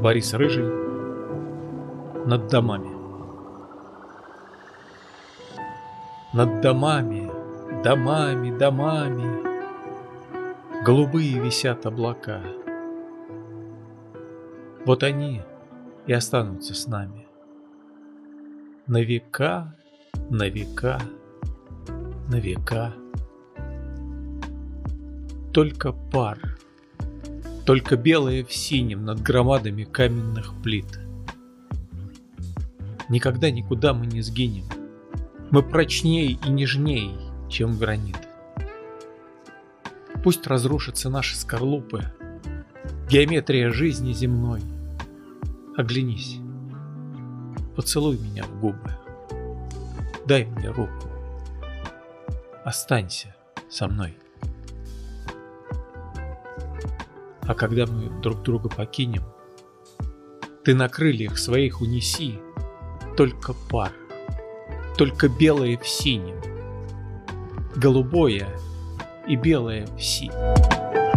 Борис Рыжий. Над домами. Над домами, домами, домами голубые висят облака. Вот они и останутся с нами на века, на века, на века. Только пар, только белое в синем над громадами каменных плит. Никогда никуда мы не сгинем. Мы прочней и нежней, чем гранит. Пусть разрушатся наши скорлупы, геометрия жизни земной. Оглянись, поцелуй меня в губы, дай мне руку, останься со мной. А когда мы друг друга покинем, ты на крыльях своих унеси только пар, только белое в синем, голубое и белое в синем.